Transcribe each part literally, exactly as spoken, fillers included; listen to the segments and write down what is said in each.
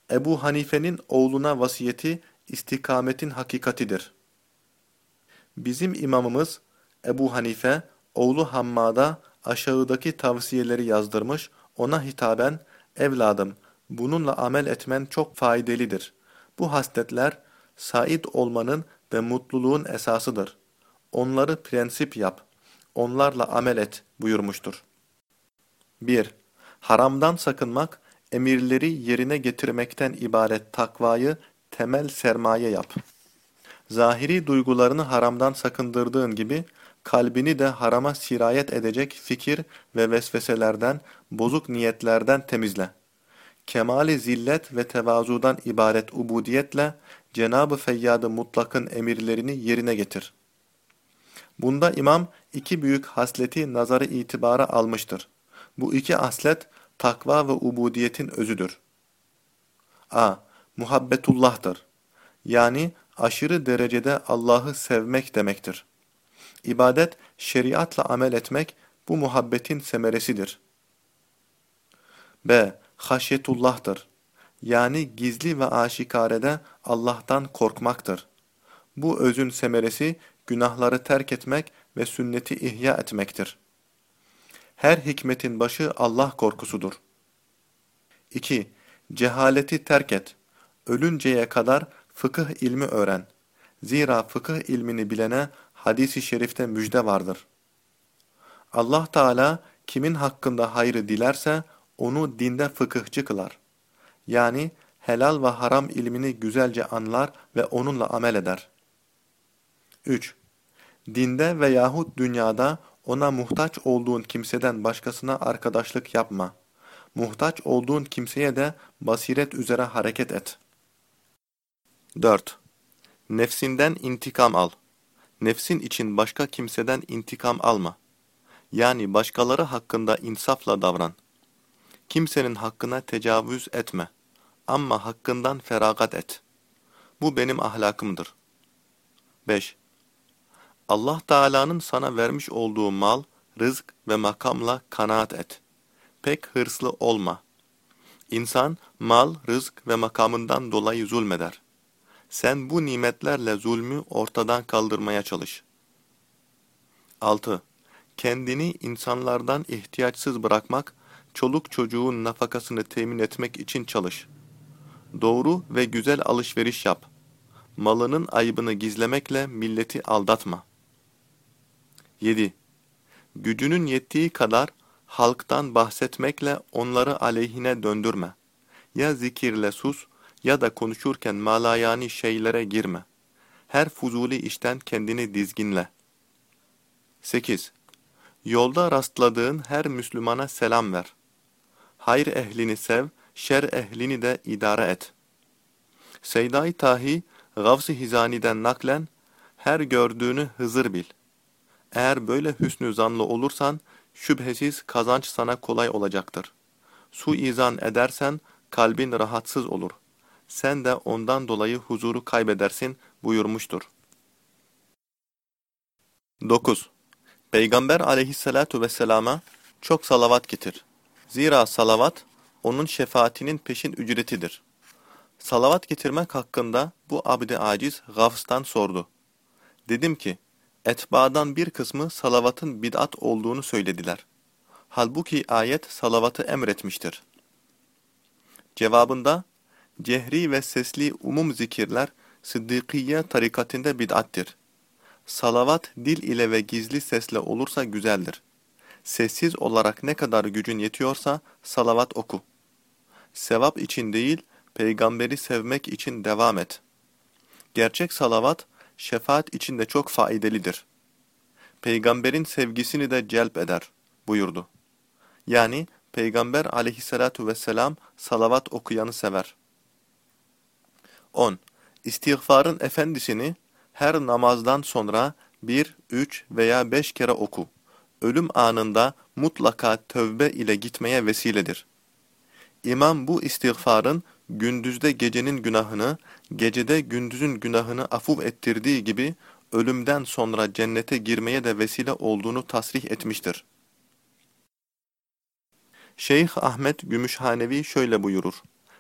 Ebu Hanife'nin oğluna vasiyeti istikametin hakikatidir. Bizim imamımız Ebu Hanife, oğlu Hammad'a aşağıdaki tavsiyeleri yazdırmış, ona hitaben, evladım, bununla amel etmen çok faydalıdır. Bu hasletler, said olmanın ve mutluluğun esasıdır. Onları prensip yap, onlarla amel et buyurmuştur. bir. Haramdan sakınmak, emirleri yerine getirmekten ibaret takvayı temel sermaye yap. Zahiri duygularını haramdan sakındırdığın gibi, kalbini de harama sirayet edecek fikir ve vesveselerden, bozuk niyetlerden temizle. Kemali zillet ve tevazudan ibaret ubudiyetle, Cenab-ı Feyyad-ı Mutlak'ın emirlerini yerine getir. Bunda imam iki büyük hasleti nazarı itibara almıştır. Bu iki haslet, takva ve ubudiyetin özüdür. A. Muhabbetullah'tır. Yani aşırı derecede Allah'ı sevmek demektir. İbadet, şeriatla amel etmek bu muhabbetin semeresidir. B. Haşyetullah'tır. Yani gizli ve aşikarede Allah'tan korkmaktır. Bu özün semeresi günahları terk etmek ve sünneti ihya etmektir. Her hikmetin başı Allah korkusudur. iki. Cehaleti terk et. Ölünceye kadar fıkıh ilmi öğren. Zira fıkıh ilmini bilene hadis-i şerifte müjde vardır. Allah Teala kimin hakkında hayrı dilerse onu dinde fıkıhçı kılar. Yani helal ve haram ilmini güzelce anlar ve onunla amel eder. üç. Dinde veyahut dünyada ona muhtaç olduğun kimseden başkasına arkadaşlık yapma. Muhtaç olduğun kimseye de basiret üzere hareket et. dört. Nefsinden intikam al. Nefsin için başka kimseden intikam alma. Yani başkaları hakkında insafla davran. Kimsenin hakkına tecavüz etme. Ama hakkından feragat et. Bu benim ahlakımdır. beş. Allah Teala'nın sana vermiş olduğu mal, rızk ve makamla kanaat et. Pek hırslı olma. İnsan mal, rızk ve makamından dolayı zulmeder. Sen bu nimetlerle zulmü ortadan kaldırmaya çalış. altı. Kendini insanlardan ihtiyaçsız bırakmak, çoluk çocuğun nafakasını temin etmek için çalış. Doğru ve güzel alışveriş yap. Malının ayıbını gizlemekle milleti aldatma. yedi. Gücünün yettiği kadar halktan bahsetmekle onları aleyhine döndürme. Ya zikirle sus ya da konuşurken malayani şeylere girme. Her fuzuli işten kendini dizginle. sekiz. Yolda rastladığın her Müslümana selam ver. Hayır ehlini sev, şer ehlini de idare et. Seyda-i Tahi, Gavs-ı Hizani'den naklen, her gördüğünü Hızır bil. Eğer böyle hüsnü zanlı olursan, şüphesiz kazanç sana kolay olacaktır. Suizan edersen, kalbin rahatsız olur. Sen de ondan dolayı huzuru kaybedersin buyurmuştur. dokuz. Peygamber aleyhissalatu vesselama çok salavat getir. Zira salavat, onun şefaatinin peşin ücretidir. Salavat getirmek hakkında bu abd-i aciz Gavs'tan sordu. Dedim ki, etbaadan bir kısmı salavatın bid'at olduğunu söylediler. Halbuki ayet salavatı emretmiştir. Cevabında, cehri ve sesli umum zikirler Sıddıkiye tarikatinde bid'attir. Salavat dil ile ve gizli sesle olursa güzeldir. Sessiz olarak ne kadar gücün yetiyorsa salavat oku. Sevap için değil, peygamberi sevmek için devam et. Gerçek salavat, şefaat için de çok faydalıdır. Peygamberin sevgisini de celp eder, buyurdu. Yani Peygamber aleyhissalatu vesselam salavat okuyanı sever. on. İstiğfarın efendisini her namazdan sonra bir, üç veya beş kere oku. Ölüm anında mutlaka tövbe ile gitmeye vesiledir. İmam bu istiğfarın gündüzde gecenin günahını, gecede gündüzün günahını afuv ettirdiği gibi ölümden sonra cennete girmeye de vesile olduğunu tasrih etmiştir. Şeyh Ahmet Gümüşhanevi şöyle buyurur.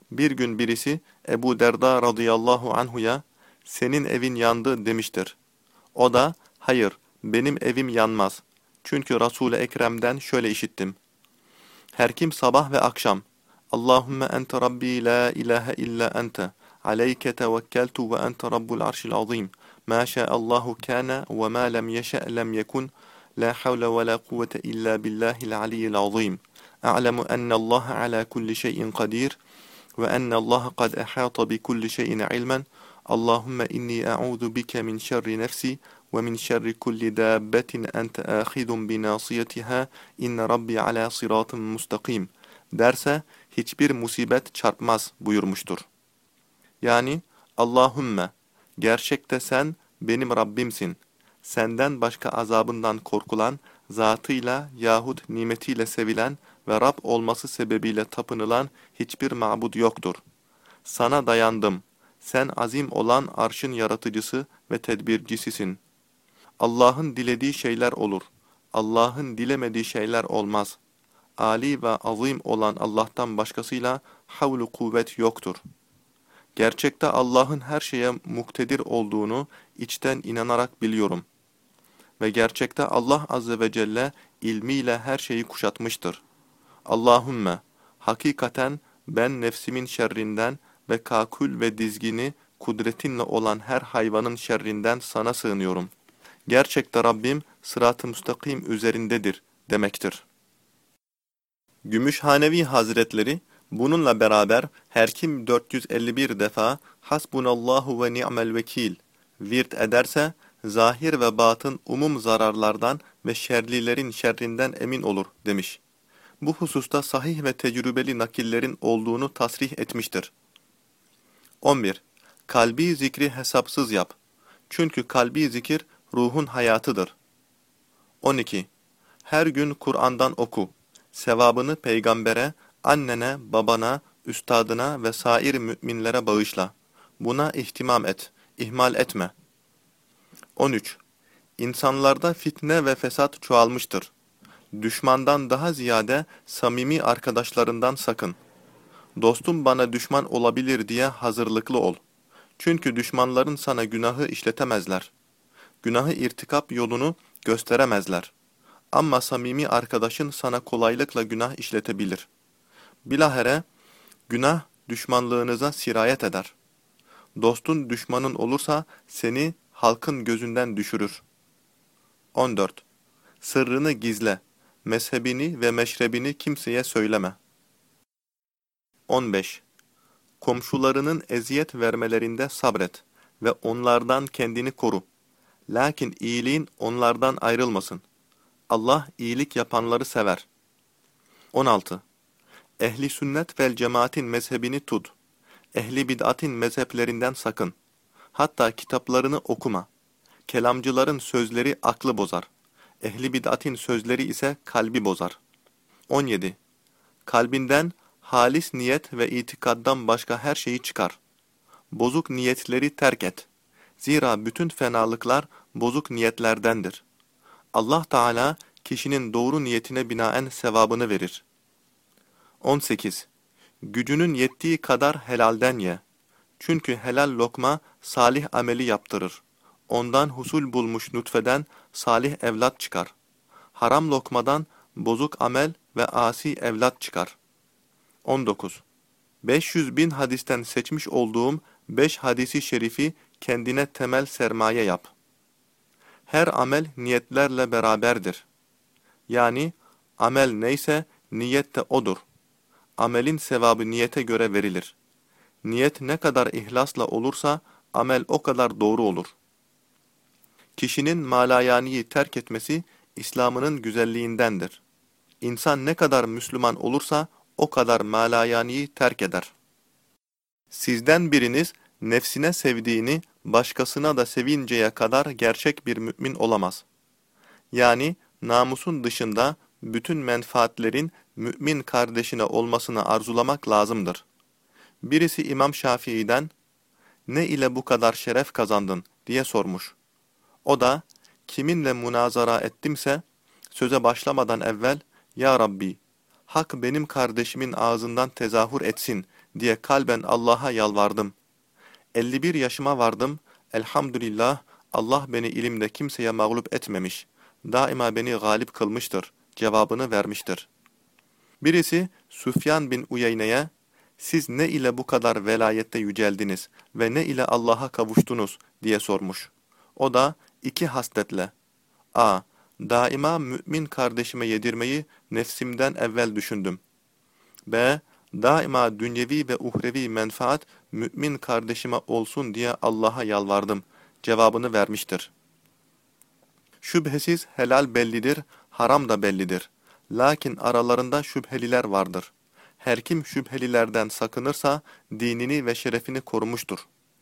Bir gün birisi Ebu Derda radıyallahu anhuya senin evin yandı demiştir. O da hayır benim evim yanmaz. Çünkü Resul-i Ekrem'den şöyle işittim. Her kim sabah ve akşam Allahümme ente Rabbi la ilahe illa ente aleyke tevekkeltu ve ente Rabbul arşil azim ma şa'allahu kana ve ma lem yeşe' lem yekun la havle ve la kuvvete illa billahil aliyyil azim a'lemu ennallaha ala kulli şeyin kadir ve ennallaha kad ehata bi kulli şeyin ilmen Allahümme inni e'udhu bike min şerri nefsi ve min şerri kulli dabbetin ente ahidun bi nasiyetiha inne rabbi ala sıratın mustakim derse hiçbir musibet çarpmaz buyurmuştur. Yani Allahümme gerçekte sen benim Rabbimsin. Senden başka azabından korkulan, zatıyla yahut nimetiyle sevilen ve Rab olması sebebiyle tapınılan hiçbir mabud yoktur. Sana dayandım. Sen azim olan arşın yaratıcısı ve tedbircisisin. Allah'ın dilediği şeyler olur. Allah'ın dilemediği şeyler olmaz. Ali ve azim olan Allah'tan başkasıyla havlu kuvvet yoktur. Gerçekte Allah'ın her şeye muktedir olduğunu içten inanarak biliyorum. Ve gerçekte Allah Azze ve Celle ilmiyle her şeyi kuşatmıştır. Allahümme, hakikaten ben nefsimin şerrinden ve kakül ve dizgini kudretinle olan her hayvanın şerrinden sana sığınıyorum. Gerçekte Rabbim sırat-ı müstakim üzerindedir demektir. Gümüşhanevi Hazretleri bununla beraber her kim dört yüz elli bir defa Hasbunallahu ve ni'mel vekil virt ederse zahir ve batın umum zararlardan ve şerlilerin şerrinden emin olur demiş. Bu hususta sahih ve tecrübeli nakillerin olduğunu tasrih etmiştir. on bir. Kalbi zikri hesapsız yap. Çünkü kalbi zikir ruhun hayatıdır. on iki. Her gün Kur'an'dan oku. Sevabını peygambere, annene, babana, üstadına ve sair müminlere bağışla. Buna ihtimam et, ihmal etme. on üç. İnsanlarda fitne ve fesat çoğalmıştır. Düşmandan daha ziyade samimi arkadaşlarından sakın. Dostum bana düşman olabilir diye hazırlıklı ol. Çünkü düşmanların sana günahı işletemezler. Günahı irtikap yolunu gösteremezler. Ama samimi arkadaşın sana kolaylıkla günah işletebilir. Bilahare, günah düşmanlığınıza sirayet eder. Dostun düşmanın olursa seni halkın gözünden düşürür. on dört. Sırrını gizle, mezhebini ve meşrebini kimseye söyleme. on beş. Komşularının eziyet vermelerinde sabret ve onlardan kendini koru. Lakin iyiliğin onlardan ayrılmasın. Allah iyilik yapanları sever. on altı. Ehli sünnet vel cemaatin mezhebini tut. Ehli bid'atin mezheplerinden sakın. Hatta kitaplarını okuma. Kelamcıların sözleri aklı bozar. Ehli bid'atin sözleri ise kalbi bozar. on yedi. Kalbinden halis niyet ve itikaddan başka her şeyi çıkar. Bozuk niyetleri terk et. Zira bütün fenalıklar bozuk niyetlerdendir. Allah Teala kişinin doğru niyetine binaen sevabını verir. on sekiz. Gücünün yettiği kadar helalden ye. Çünkü helal lokma salih ameli yaptırır. Ondan husul bulmuş nutfeden salih evlat çıkar. Haram lokmadan bozuk amel ve asi evlat çıkar. on dokuz. beş yüz bin hadisten seçmiş olduğum beş hadisi şerifi kendine temel sermaye yap. Her amel niyetlerle beraberdir. Yani amel neyse niyet de odur. Amelin sevabı niyete göre verilir. Niyet ne kadar ihlasla olursa amel o kadar doğru olur. Kişinin malayaniyi terk etmesi İslam'ının güzelliğindendir. İnsan ne kadar Müslüman olursa o kadar malayaniyi terk eder. Sizden biriniz nefsine sevdiğini başkasına da sevinceye kadar gerçek bir mümin olamaz. Yani namusun dışında bütün menfaatlerin mümin kardeşine olmasını arzulamak lazımdır. Birisi İmam Şafii'den, "Ne ile bu kadar şeref kazandın?" diye sormuş. O da, kiminle münazara ettimse, söze başlamadan evvel, "Ya Rabbi, hak benim kardeşimin ağzından tezahür etsin" diye kalben Allah'a yalvardım. elli bir yaşıma vardım, elhamdülillah Allah beni ilimde kimseye mağlup etmemiş, daima beni galip kılmıştır cevabını vermiştir. Birisi Süfyan bin Uyeyne'ye, siz ne ile bu kadar velayette yüceldiniz ve ne ile Allah'a kavuştunuz diye sormuş. O da iki hasletle, a. Daima mümin kardeşime yedirmeyi nefsimden evvel düşündüm. B. Daima dünyevi ve uhrevi menfaat mümin kardeşime olsun diye Allah'a yalvardım cevabını vermiştir. Şüphesiz helal bellidir, haram da bellidir. Lakin aralarında şüpheliler vardır. Her kim şüphelilerden sakınırsa dinini ve şerefini korumuştur.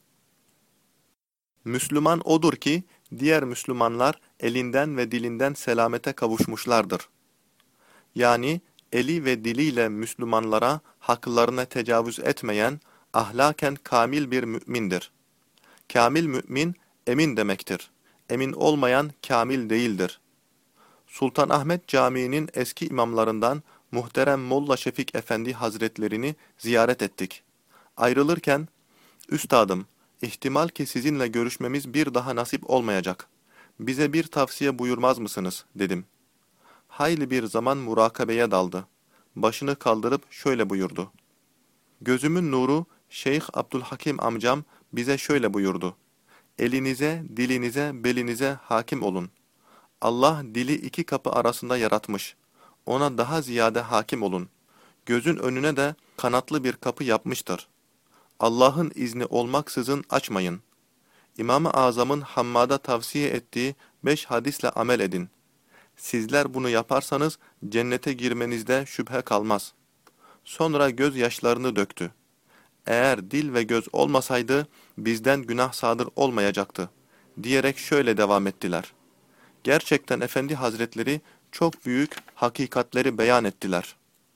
Müslüman odur ki diğer Müslümanlar elinden ve dilinden selamete kavuşmuşlardır. Yani eli ve diliyle Müslümanlara haklarına tecavüz etmeyen, ahlaken kamil bir mümindir. Kamil mümin, emin demektir. Emin olmayan kamil değildir. Sultanahmet Camii'nin eski imamlarından muhterem Molla Şefik Efendi Hazretlerini ziyaret ettik. Ayrılırken, "Üstadım, ihtimal ki sizinle görüşmemiz bir daha nasip olmayacak. Bize bir tavsiye buyurmaz mısınız?" dedim. Hayli bir zaman murakabeye daldı. Başını kaldırıp şöyle buyurdu. "Gözümün nuru Şeyh Abdülhakim amcam bize şöyle buyurdu. Elinize, dilinize, belinize hakim olun. Allah dili iki kapı arasında yaratmış. Ona daha ziyade hakim olun. Gözün önüne de kanatlı bir kapı yapmıştır. Allah'ın izni olmaksızın açmayın. İmam-ı Azam'ın Hammad'a tavsiye ettiği beş hadisle amel edin. Sizler bunu yaparsanız cennete girmenizde şüphe kalmaz." Sonra gözyaşlarını döktü. "Eğer dil ve göz olmasaydı bizden günah sadır olmayacaktı," diyerek şöyle devam ettiler. Gerçekten Efendi Hazretleri çok büyük hakikatleri beyan ettiler.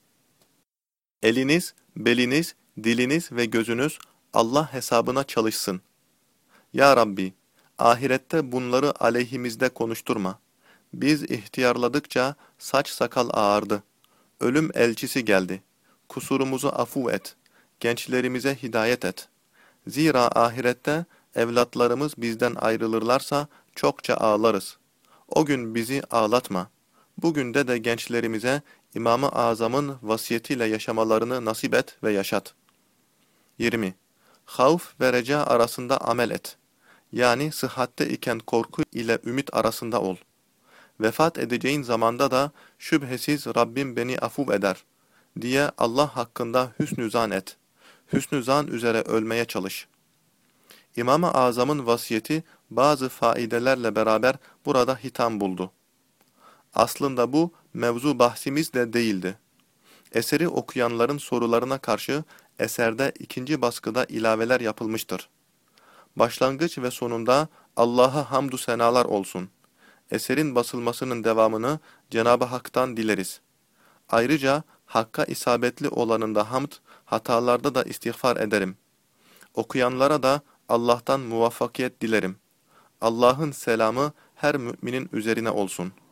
Eliniz, beliniz, diliniz ve gözünüz Allah hesabına çalışsın. Ya Rabbi, ahirette bunları aleyhimizde konuşturma. Biz ihtiyarladıkça saç sakal ağardı. Ölüm elçisi geldi. Kusurumuzu afu et. Gençlerimize hidayet et. Zira ahirette evlatlarımız bizden ayrılırlarsa çokça ağlarız. O gün bizi ağlatma. Bugün de de gençlerimize İmam-ı Azam'ın vasiyetiyle yaşamalarını nasip et ve yaşat. yirmi. Havf ve reca arasında amel et. Yani sıhhatte iken korku ile ümit arasında ol. Vefat edeceğin zamanda da şüphesiz Rabbim beni afuv eder diye Allah hakkında hüsnü zan et. Hüsnü zan üzere ölmeye çalış. İmam-ı Azam'ın vasiyeti bazı faidelerle beraber burada hitam buldu. Aslında bu mevzu bahsimiz de değildi. Eseri okuyanların sorularına karşı eserde ikinci baskıda ilaveler yapılmıştır. Başlangıç ve sonunda Allah'a hamdü senalar olsun. Eserin basılmasının devamını Cenab-ı Hak'tan dileriz. Ayrıca Hakk'a isabetli olanında hamd, hatalarda da istiğfar ederim. Okuyanlara da Allah'tan muvaffakiyet dilerim. Allah'ın selamı her müminin üzerine olsun.